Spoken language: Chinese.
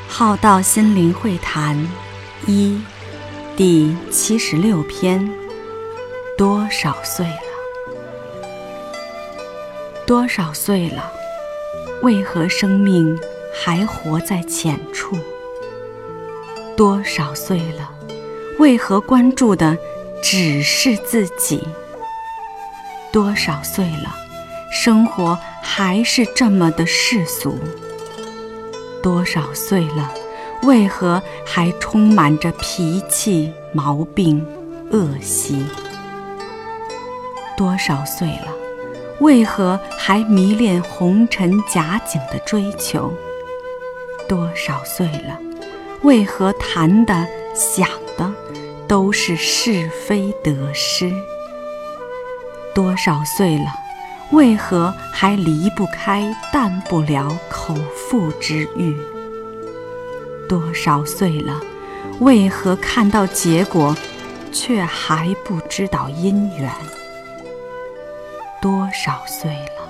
浩道心灵会谈一第76篇，多少岁了？多少岁了？为何生命还活在浅处？多少岁了？为何关注的只是自己？多少岁了？生活还是这么的世俗？多少岁了？为何还充满着脾气、毛病、恶习？多少岁了？为何还迷恋红尘假景的追求？多少岁了？为何谈的、想的都是是非得失？多少岁了？为何还离不开、淡不了口腹之欲？多少岁了？为何看到结果，却还不知道因缘？多少岁了？